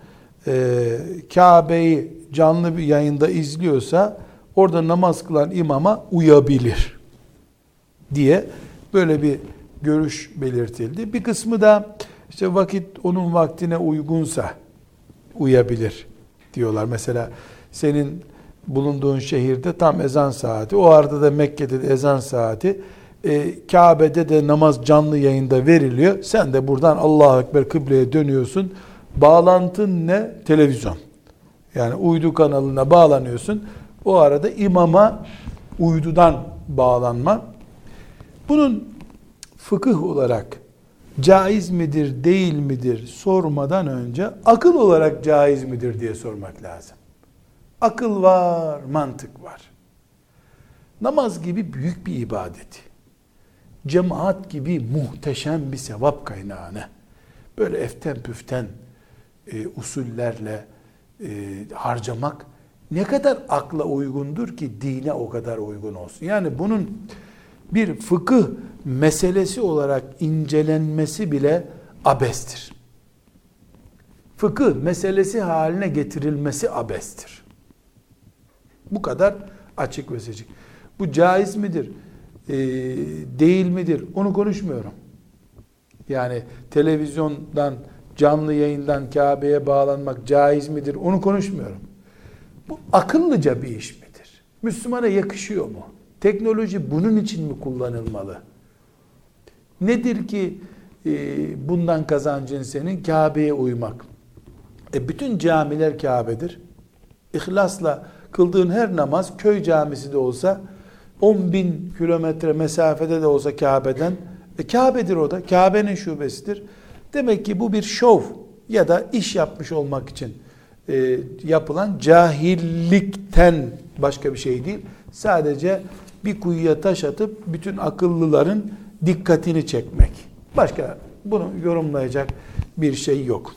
Kabe'yi canlı bir yayında izliyorsa orada namaz kılan imama uyabilir diye böyle bir görüş belirtildi. Bir kısmı da işte vakit onun vaktine uygunsa uyabilir diyorlar. Mesela senin bulunduğun şehirde tam ezan saati, o arada da Mekke'de de ezan saati, Kabe'de de namaz canlı yayında veriliyor. Sen de buradan Allahu Ekber kıbleye dönüyorsun. Bağlantın ne? Televizyon. Yani uydu kanalına bağlanıyorsun. O arada imama uydudan bağlanma. Bunun fıkıh olarak caiz midir, değil midir sormadan önce akıl olarak caiz midir diye sormak lazım. Akıl var, mantık var. Namaz gibi büyük bir ibadeti, cemaat gibi muhteşem bir sevap kaynağını böyle eften püften usullerle harcamak ne kadar akla uygundur ki dine o kadar uygun olsun. Yani bunun bir fıkıh meselesi olarak incelenmesi bile abestir. Fıkıh meselesi haline getirilmesi abestir. Bu kadar açık ve seçik. Bu caiz midir, değil midir onu konuşmuyorum. Yani televizyondan, canlı yayından Kabe'ye bağlanmak caiz midir onu konuşmuyorum. Bu akıllıca bir iş midir? Müslümana yakışıyor mu? Teknoloji bunun için mi kullanılmalı? Nedir ki bundan kazancın senin? Kabe'ye uymak. Bütün camiler Kabe'dir. İhlasla kıldığın her namaz köy camisi de olsa 10.000 kilometre mesafede de olsa Kabe'den Kabe'dir o da. Kabe'nin şubesidir. Demek ki bu bir şov ya da iş yapmış olmak için yapılan cahillikten başka bir şey değil. Sadece bir kuyuya taş atıp bütün akıllıların dikkatini çekmek. Başka bunu yorumlayacak bir şey yok.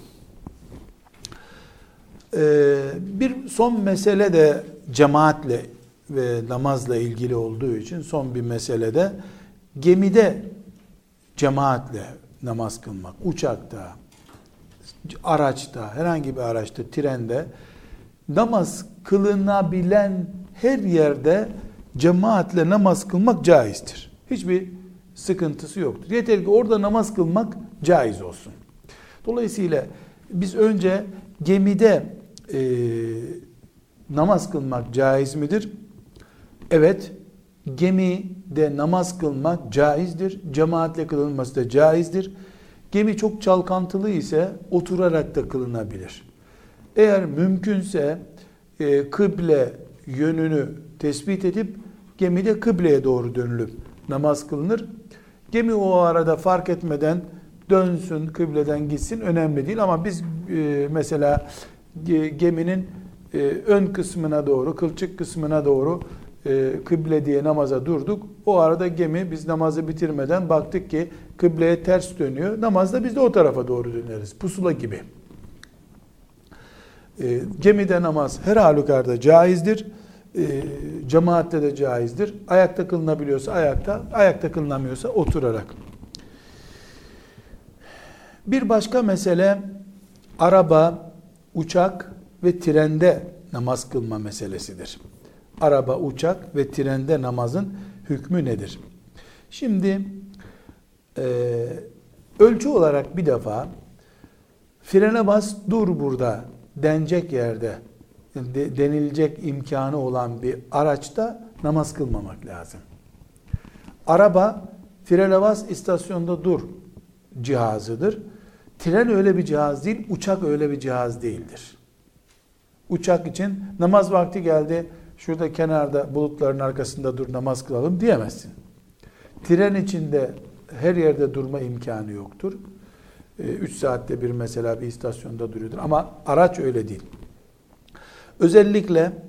Bir son mesele de cemaatle ve namazla ilgili olduğu için son bir mesele de gemide cemaatle namaz kılmak, uçakta, araçta, herhangi bir araçta, trende namaz kılınabilen her yerde cemaatle namaz kılmak caizdir. Hiçbir sıkıntısı yoktur. Yeter ki orada namaz kılmak caiz olsun. Dolayısıyla biz önce gemide namaz kılmak caiz midir? Evet, gemide namaz kılmak caizdir. Cemaatle kılınması da caizdir. Gemi çok çalkantılı ise oturarak da kılınabilir. Eğer mümkünse kıble yönünü tespit edip gemide kıbleye doğru dönülüp namaz kılınır. Gemi o arada fark etmeden dönsün, kıbleden gitsin önemli değil ama biz mesela geminin ön kısmına doğru, kılçık kısmına doğru kıble diye namaza durduk. O arada gemi biz namazı bitirmeden baktık ki kıbleye ters dönüyor. Namazda biz de o tarafa doğru döneriz. Pusula gibi. Gemide namaz her halükarda caizdir. Cemaatle de caizdir. Ayakta kılınabiliyorsa ayakta, ayakta kılınamıyorsa oturarak. Bir başka mesele araba, uçak ve trende namaz kılma meselesidir. Araba, uçak ve trende namazın hükmü nedir? Şimdi ölçü olarak bir defa frene bas dur burada denecek yerde denilecek imkanı olan bir araçta namaz kılmamak lazım. Araba frene bas istasyonda dur cihazıdır. Tren öyle bir cihaz değil, uçak öyle bir cihaz değildir. Uçak için namaz vakti geldi, şurada kenarda bulutların arkasında dur namaz kılalım diyemezsin. Tren içinde her yerde durma imkanı yoktur. 3 saatte bir mesela bir istasyonda duruyordur. Ama araç öyle değil. Özellikle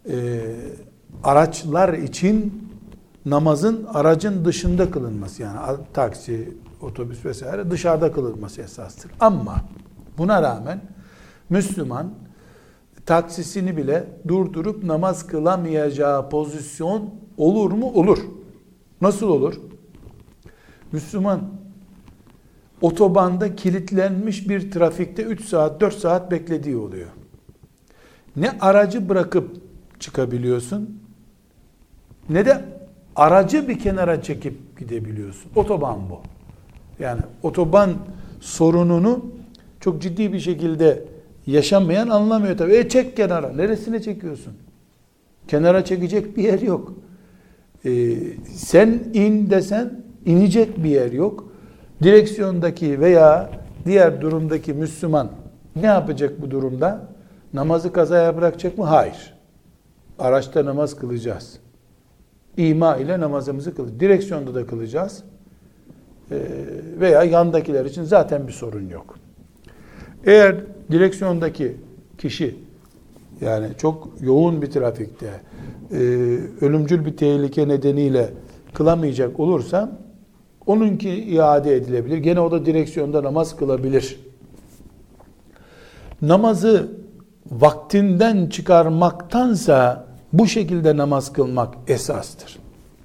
araçlar için namazın aracın dışında kılınması, yani taksi, otobüs vesaire dışarıda kılınması esastır. Ama buna rağmen Müslüman taksisini bile durdurup namaz kılamayacağı pozisyon olur mu? Olur. Nasıl olur? Müslüman otobanda kilitlenmiş bir trafikte 3 saat 4 saat beklediği oluyor. Ne aracı bırakıp çıkabiliyorsun ne de aracı bir kenara çekip gidebiliyorsun. Otoban bu. Yani otoban sorununu çok ciddi bir şekilde yaşamayan anlamıyor tabii. Çek kenara. Neresine çekiyorsun? Kenara çekecek bir yer yok. Sen in desen inecek bir yer yok. Direksiyondaki veya diğer durumdaki Müslüman ne yapacak bu durumda? Namazı kazaya bırakacak mı? Hayır. Araçta namaz kılacağız. İma ile namazımızı kılacağız. Direksiyonda da kılacağız. Veya yandakiler için zaten bir sorun yok. Eğer direksiyondaki kişi yani çok yoğun bir trafikte ölümcül bir tehlike nedeniyle kılamayacak olursa onunki iade edilebilir. Gene o da direksiyonda namaz kılabilir. Namazı vaktinden çıkarmaktansa bu şekilde namaz kılmak esastır.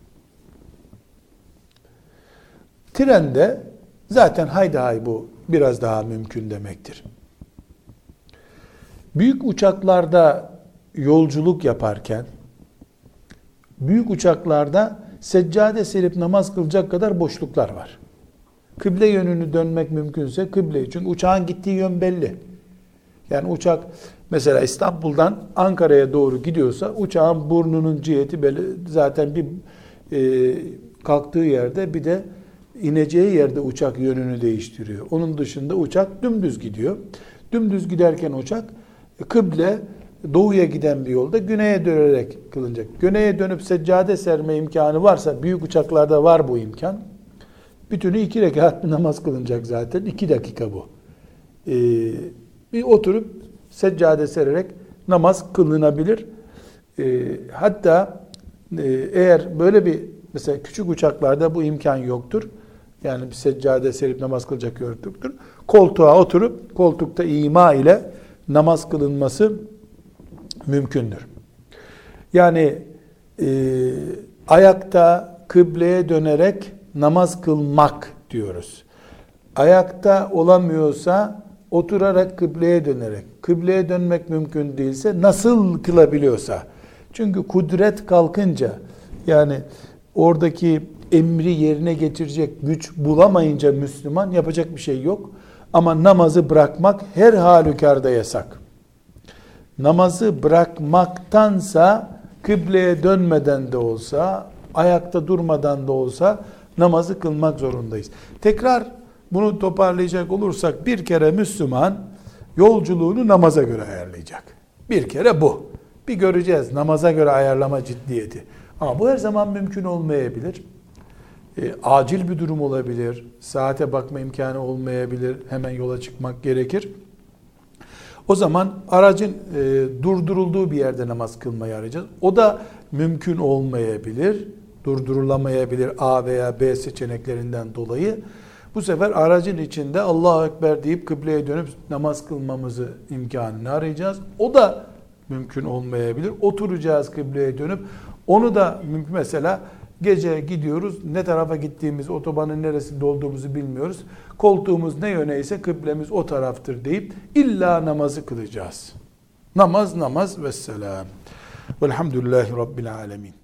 Trende zaten haydi hay bu biraz daha mümkün demektir. Büyük uçaklarda yolculuk yaparken, büyük uçaklarda seccade serip namaz kılacak kadar boşluklar var. Kıble yönünü dönmek mümkünse kıble, çünkü uçağın gittiği yön belli. Yani uçak mesela İstanbul'dan Ankara'ya doğru gidiyorsa uçağın burnunun ciheti belli. Zaten bir kalktığı yerde bir de ineceği yerde uçak yönünü değiştiriyor. Onun dışında uçak dümdüz gidiyor. Dümdüz giderken uçak kıble doğuya giden bir yolda güneye dönerek kılınacak. Güneye dönüp seccade serme imkanı varsa, büyük uçaklarda var bu imkan. Bütünü 2 rekat bir namaz kılınacak zaten. 2 dakika bu. Bir oturup seccade sererek namaz kılınabilir. Hatta eğer böyle bir, mesela küçük uçaklarda bu imkan yoktur. Yani bir seccade serip namaz kılacak yoktur. Koltuğa oturup koltukta ima ile namaz kılınması mümkündür. Yani ayakta kıbleye dönerek namaz kılmak diyoruz. Ayakta olamıyorsa oturarak kıbleye dönerek, kıbleye dönmek mümkün değilse nasıl kılabiliyorsa. Çünkü kudret kalkınca, yani oradaki emri yerine getirecek güç bulamayınca Müslüman yapacak bir şey yok. Ama namazı bırakmak her halükarda yasak. Namazı bırakmaktansa kıbleye dönmeden de olsa, ayakta durmadan da olsa namazı kılmak zorundayız. Tekrar bunu toparlayacak olursak, bir kere Müslüman yolculuğunu namaza göre ayarlayacak. Bir kere bu. Bir göreceğiz namaza göre ayarlama ciddiyeti. Ama bu her zaman mümkün olmayabilir. Acil bir durum olabilir. Saate bakma imkanı olmayabilir. Hemen yola çıkmak gerekir. O zaman aracın durdurulduğu bir yerde namaz kılmayı arayacağız. O da mümkün olmayabilir. Durdurulamayabilir A veya B seçeneklerinden dolayı. Bu sefer aracın içinde Allahu Ekber deyip kıbleye dönüp namaz kılmamızı imkanını arayacağız. O da mümkün olmayabilir. Oturacağız kıbleye dönüp. Onu da mümkün, mesela gece gidiyoruz, ne tarafa gittiğimiz, otobanın neresinde olduğumuzu bilmiyoruz. Koltuğumuz ne yöne ise kıblemiz o taraftır deyip illa namazı kılacağız. Namaz, vesselam. Velhamdülillahi Rabbil alemin.